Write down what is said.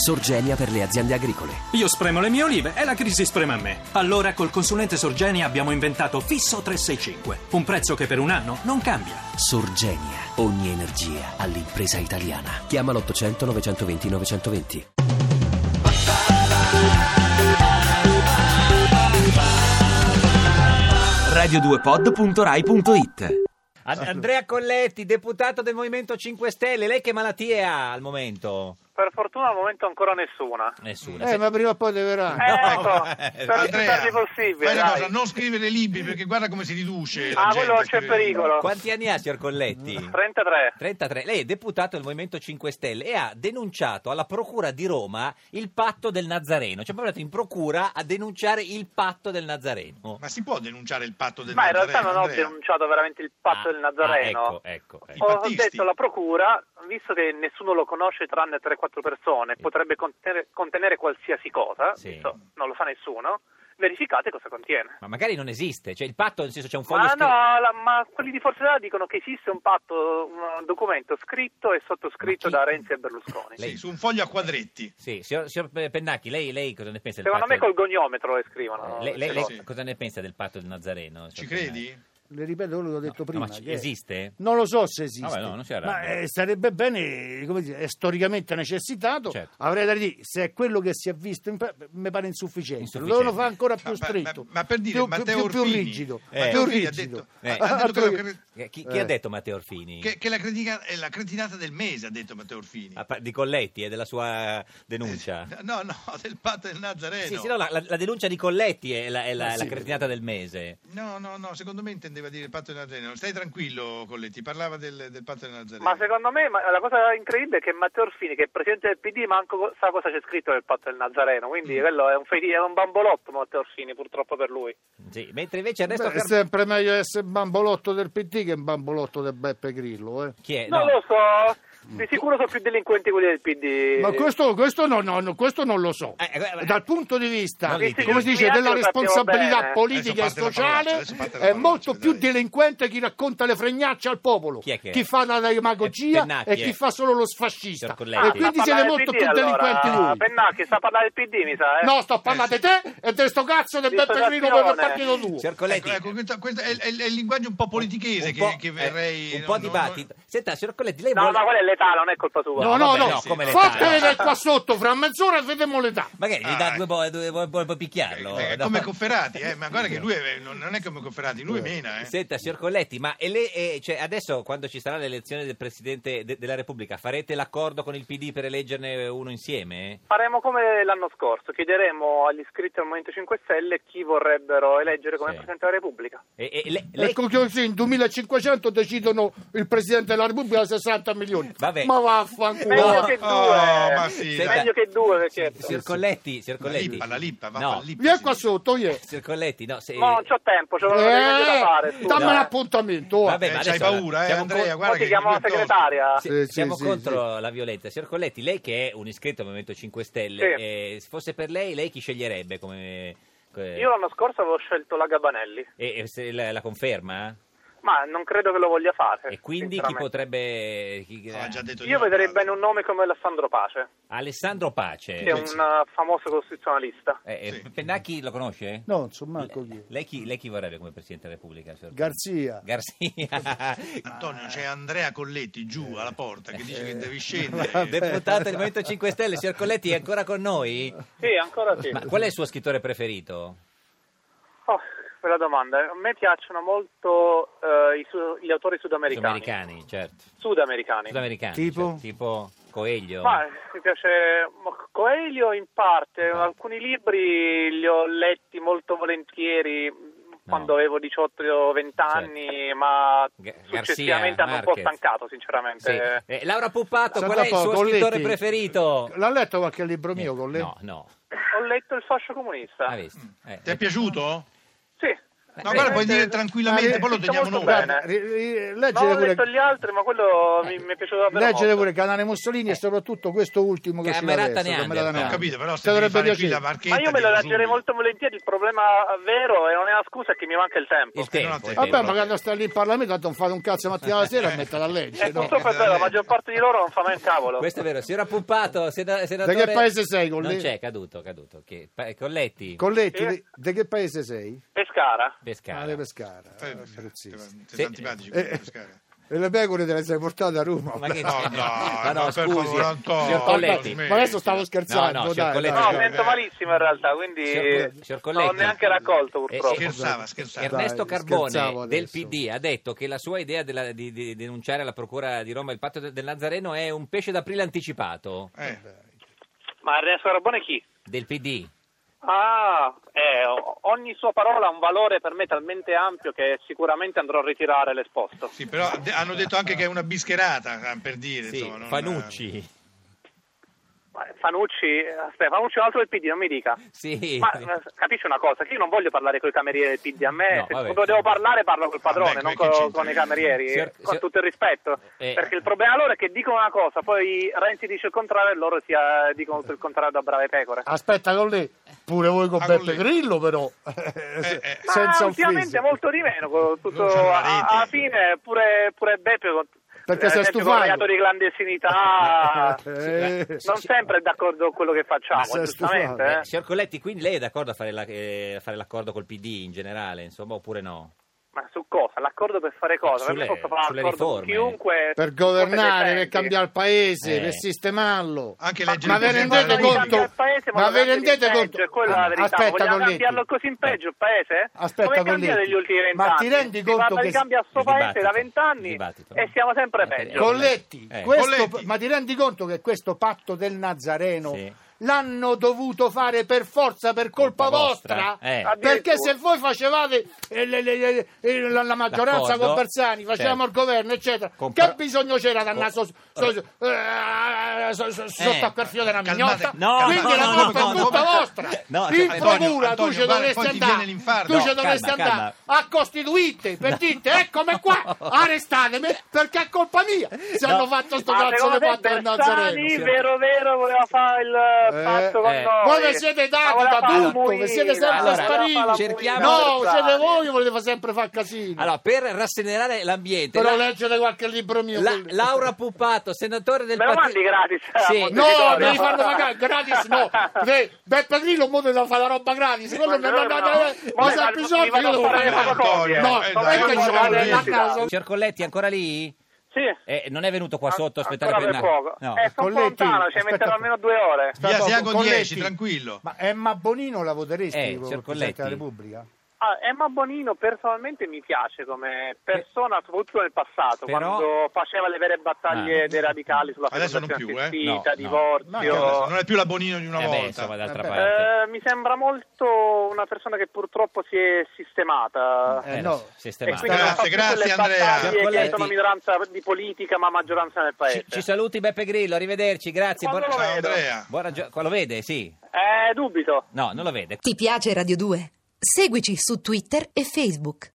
Sorgenia per le aziende agricole. Io spremo le mie olive e la crisi sprema me. Allora col consulente Sorgenia abbiamo inventato Fisso 365, un prezzo che per un anno non cambia. Sorgenia, ogni energia all'impresa italiana. Chiama l'800 920 920. radio2pod.rai.it. Andrea Colletti, deputato del Movimento 5 Stelle, lei che malattie ha al momento? Per fortuna al momento ancora nessuna. Nessuna. Ma prima o poi deve verrà. Ecco, per più tardi possibile. Fai una dai. cosa, non scrivere libri perché guarda come si riduce. Ah, quello c'è pericolo. Quanti anni ha, signor Colletti? 33. 33. Lei è deputato del Movimento 5 Stelle e ha denunciato alla Procura di Roma il patto del Nazareno. Cioè, proprio andato in procura a denunciare il patto del Nazareno. Ma si può denunciare il patto del Ma in Nazareno? realtà non ho Andrea? denunciato veramente il patto del Nazareno. Ecco. I Ho pattisti? detto alla procura, visto che nessuno lo conosce tranne 3-4 persone, potrebbe contenere qualsiasi cosa, Sì. visto non lo sa nessuno, verificate cosa contiene. Ma magari non esiste. Cioè, il patto, nel senso, c'è un foglio Ma scritto. no, ma quelli di Forza Italia dicono che esiste un patto, un documento scritto e sottoscritto Ma chi- da Renzi e Berlusconi. Lei- Sì, su un foglio a quadretti. Sì, signor Pennacchi, lei cosa ne pensa del Secondo me patto? col gonimetro le scrivono. Lei Sì. cosa ne pensa del patto del Nazareno? Ci signor credi? Le ripeto quello che ho detto prima. No, ma che esiste? Non lo so se esiste. Vabbè, no, non si ma arrabbia. sarebbe bene, come dire, è storicamente necessitato. Certo. Avrei da dire, se è quello che si è visto, mi pare insufficiente. Lo Insufficiente. devono fare ancora più Ma- stretto. ma per dire, più, Matteo più Orfini, rigido. Matteo Più Orfini rigido. ha detto Chi ha detto Matteo Orfini? che è la cretinata del mese, ha detto Matteo Orfini. Di Colletti e della sua denuncia? No, del patto del Nazareno. Sì, no, la denuncia di Colletti è la sì. cretinata del mese. No, secondo me intendeva dire il patto del Nazareno. Stai tranquillo, Colletti, parlava del patto del Nazareno. Ma secondo me la cosa incredibile è che Matteo Orfini, che è presidente del PD, manco sa cosa c'è scritto nel patto del Nazareno, quindi quello è un bambolotto Matteo Orfini, purtroppo per lui. Sì, mentre invece Ernesto Beh, è sempre meglio essere bambolotto del PT che bambolotto del Beppe Grillo. Chi è? Non No. lo so, di sicuro sono più delinquenti quelli del PD. Ma questo non lo so. Dal punto di vista, Politico. come si dice, Sì, della lo sappiamo responsabilità bene. politica e Adesso parte la sociale, parolaccia, adesso parte la è parolaccia, molto più dai. delinquente chi racconta le fregnacce al popolo, Chi è che è? chi fa la demagogia Pennacchi, e chi fa solo lo sfascista. Signor Colletti. E quindi Sa siete parlare molto del più PD, delinquenti allora. voi. Pennacchi sa parlare del PD, mi sa, No, sto parlando di te e di sto cazzo del Beppe Grillo per il partito tuo. Signor Colletti, Questo è il linguaggio un po' politichese un po', che verrei... un po' di battito. Senta, signor Colletti, lei No, vuole... ma quella è l'età, non è colpa sua. No, vabbè, no, no, come le Fatte taglie. vedere qua sotto fra mezz'ora e vediamo l'età. Magari gli dà vuoi picchiarlo. No. come Cofferati, ma guarda che lui non è come Cofferati, lui mena. Senta, signor Colletti, ma cioè, adesso quando ci sarà l'elezione del Presidente della Repubblica farete l'accordo con il PD per eleggerne uno insieme? Faremo come l'anno scorso, chiederemo agli iscritti al Movimento 5 Stelle chi vorrebbero eleggere come Sì. Presidente della Repubblica. E lei... Ecco che così in 2500 decidono il Presidente della Repubblica 60 milioni. Vabbè. Ma vaffanculo. Meglio che due, ma sì, Senta- meglio che due, certo. Signor Colletti, La lippa, va No. fa lippa. Vieni qua sotto, Signor Colletti, no, se... No, non c'ho tempo, c'ho meglio da fare. scusa. dammi un appuntamento. va. Vabbè, ma C'hai adesso paura, siamo Andrea, con- guarda Poi ti che chiamo la lui è tosto. segretaria. Siamo sì, contro la violenza. Signor Colletti, lei che è un iscritto al Movimento 5 Stelle, se fosse per lei chi sceglierebbe come... Io l'anno scorso avevo scelto la Gabanelli, E se la conferma? ma non credo che lo voglia fare. E quindi chi sinceramente. potrebbe... Ha già detto di Io no, vedrei guarda. bene un nome come Alessandro Pace, Alessandro Pace. che è un famoso costituzionalista. Sì. Pennacchi lo conosce? No, insomma, manco chi. Lei chi vorrebbe come Presidente della Repubblica? Signor Garzia. Garzia. Antonio, c'è Andrea Colletti giù alla porta che dice che devi scendere. Deputato del Movimento 5 Stelle. Signor Colletti è ancora con noi? Sì, ancora sì. Ma qual è il suo scrittore preferito? Oh, bella domanda. A me piacciono molto gli autori sudamericani. Sudamericani, certo. Sudamericani. Tipo? cioè, tipo Coelho. Ma mi piace Coelho in parte, alcuni libri li ho letti molto volentieri quando avevo 18 o 20 anni, ma successivamente hanno un po' Marquez. stancato, sinceramente. Sì. Laura Puppato, Senta qual è il suo Colletti, scrittore preferito? L'ha letto qualche libro mio con lei? No. Ho letto Il fascio comunista. Ha visto? Ti è piaciuto? Sì, No, guarda, puoi dire tranquillamente, poi lo teniamo noi. Leggete ho pure, letto gli altri, ma quello mi è piaciuto davvero leggete molto. pure Canale Mussolini e soprattutto questo ultimo che ci Camerata adesso, Neanderthal. Camerata Ho capito, però Ti se devi dovrebbe fare piacere. qui la marchetta... Ma io me lo dico leggerei subito. molto volentieri, il problema vero e non è una scusa, è che mi manca il tempo. Il tempo, no, il te- tempo. Vabbè, ma quando sta lì in Parlamento tanto non fate un cazzo mattina alla sera e mettere a leggere, E no? purtroppo è vero, la maggior parte di loro non fa mai un cavolo. Questo è vero. Signora Puppato, senatore... Da che paese sei, Non Colletti? c'è, caduto. Colletti? Colletti, Sì. da che paese sei? Pescara. Pescara. di Pescara. Siete Sì. antipatici con Pescara. E le pecore te le sei portate a Roma. Ma che No, Ma no, per scusi, favore, Antonio, signor Colletti. Ma adesso stavo scherzando, No, signor dai, Colletti. dai. No, mento malissimo in realtà, quindi Signor Colletti. non ho neanche raccolto purtroppo. Scherzava. Ernesto Dai, Carbone scherzavo del adesso. PD ha detto che la sua idea di denunciare alla Procura di Roma il patto del Nazareno è un pesce d'aprile anticipato Ma Ernesto Carbone chi? del PD. Ogni sua parola ha un valore per me talmente ampio che sicuramente andrò a ritirare l'esposto. Sì, però hanno detto anche che è una bischerata, per dire. Sì, insomma, non- Fanucci. Fanucci è un altro del PD, non mi dica. Sì. Ma capisci una cosa, che io non voglio parlare con i camerieri del PD, a me No, se vabbè. proprio devo parlare parlo col padrone, Vabbè, non che c'entra? con i camerieri, con tutto il rispetto, perché il problema loro è che dicono una cosa, poi Renzi dice il contrario e loro dicono tutto il contrario da brave pecore. Aspetta con lei, pure voi con Ah, Beppe con lei. Grillo però, Ma senza ultimamente offesa. molto di meno, con tutto, Loro c'hanno la rete. alla fine pure Beppe Perché si è con il stufato. reato di clandestinità Eh, non sempre è d'accordo con quello che facciamo, Si è giustamente. stufato. Signor Colletti, quindi lei è d'accordo a fare, fare l'accordo col PD in generale, insomma, oppure no? Ma su cosa? L'accordo per fare cosa? Per me Sulle- posso fare sulle l'accordo con riforme. chiunque per governare, per decenti. cambiare il paese, per sistemarlo. Anche Ma leggere vi il rendete Presidente Voglio della conto? cambiare il paese, Ma lo vi cambio rendete in conto? peggio, quella è la verità. Aspetta, Vogliamo Colletti. cambiarlo così in peggio il paese? Aspetta, Come cambia Colletti. negli ultimi 20 Ma anni? ti rendi Si conto parla che di cambio a sto il paese dibattito, da 20 anni il dibattito. e siamo sempre Ok. peggio. Colletti, Colletti. ma ti rendi conto che questo patto del Nazareno Sì. l'hanno dovuto fare per forza, per colpa vostra? Perché se voi facevate la maggioranza D'accordo. con Bersani, facevamo il governo, eccetera, Compra- che bisogno c'era di andare sotto a quel fio della calmate. mignotta? No, Quindi no, la no, colpa no, è no, tutta no. vostra. No, In Antonio, procura tu Antonio, ci guarda, dovresti poi ti viene andare, l'infarto. tu No, ci dovresti calma, andare a Costituite per dirti eccomi qua, arrestatemi perché è colpa mia se No. hanno fatto sto Ma cazzo di secondo te patto del Nazareno. Bersani vero voleva fare il patto con noi? Voi vi siete dati Ma voleva da fare la tutto, vi muina, siete sempre allora, spariti. voleva fare la cerchiamo- muina No, Bersani. siete voi che volete sempre fare casino. Allora, per rasserenare l'ambiente, Però leggete qualche libro mio. Laura Puppato, senatore del Me lo partito... mandi gratis? Sì. No, Montevideo? devi farlo pagare gratis, no. Beppe Grillo mo deve fare la roba gratis. Quello Ma non no, ma se ha mi bisogno vado io a devo fare le pagare. fotocopie. No, dai, perché non ci va vuole bene. a casa? Signor Colletti, ancora lì? Sì. Non è venuto qua sotto a aspettare Ancora per per poco. No. Sono Colletti, lontano, ci aspetta metterò almeno 2 ore. Via Asiago Colletti, 10, tranquillo. Ma Emma Bonino la voteresti signor come Colletti. Presidente della Repubblica? Emma Bonino personalmente mi piace come persona, soprattutto nel passato, Però- quando faceva le vere battaglie dei radicali sulla Adesso non fecundazione più, No, assistita, no. divorzio. Non è più la Bonino di una volta. Insomma, d'altra parte. Mi sembra molto una persona che purtroppo si è sistemata. No. Sistemato. E quindi non fa più Grazie, quelle Andrea. battaglie Signor che Colletti. sono minoranza di politica ma maggioranza nel paese. Ci saluti Beppe Grillo, arrivederci, grazie. Quando lo Ciao vedo? Andrea. Lo vede? Sì. Dubito. No, non lo vede. Ti piace Radio 2? Seguici su Twitter e Facebook.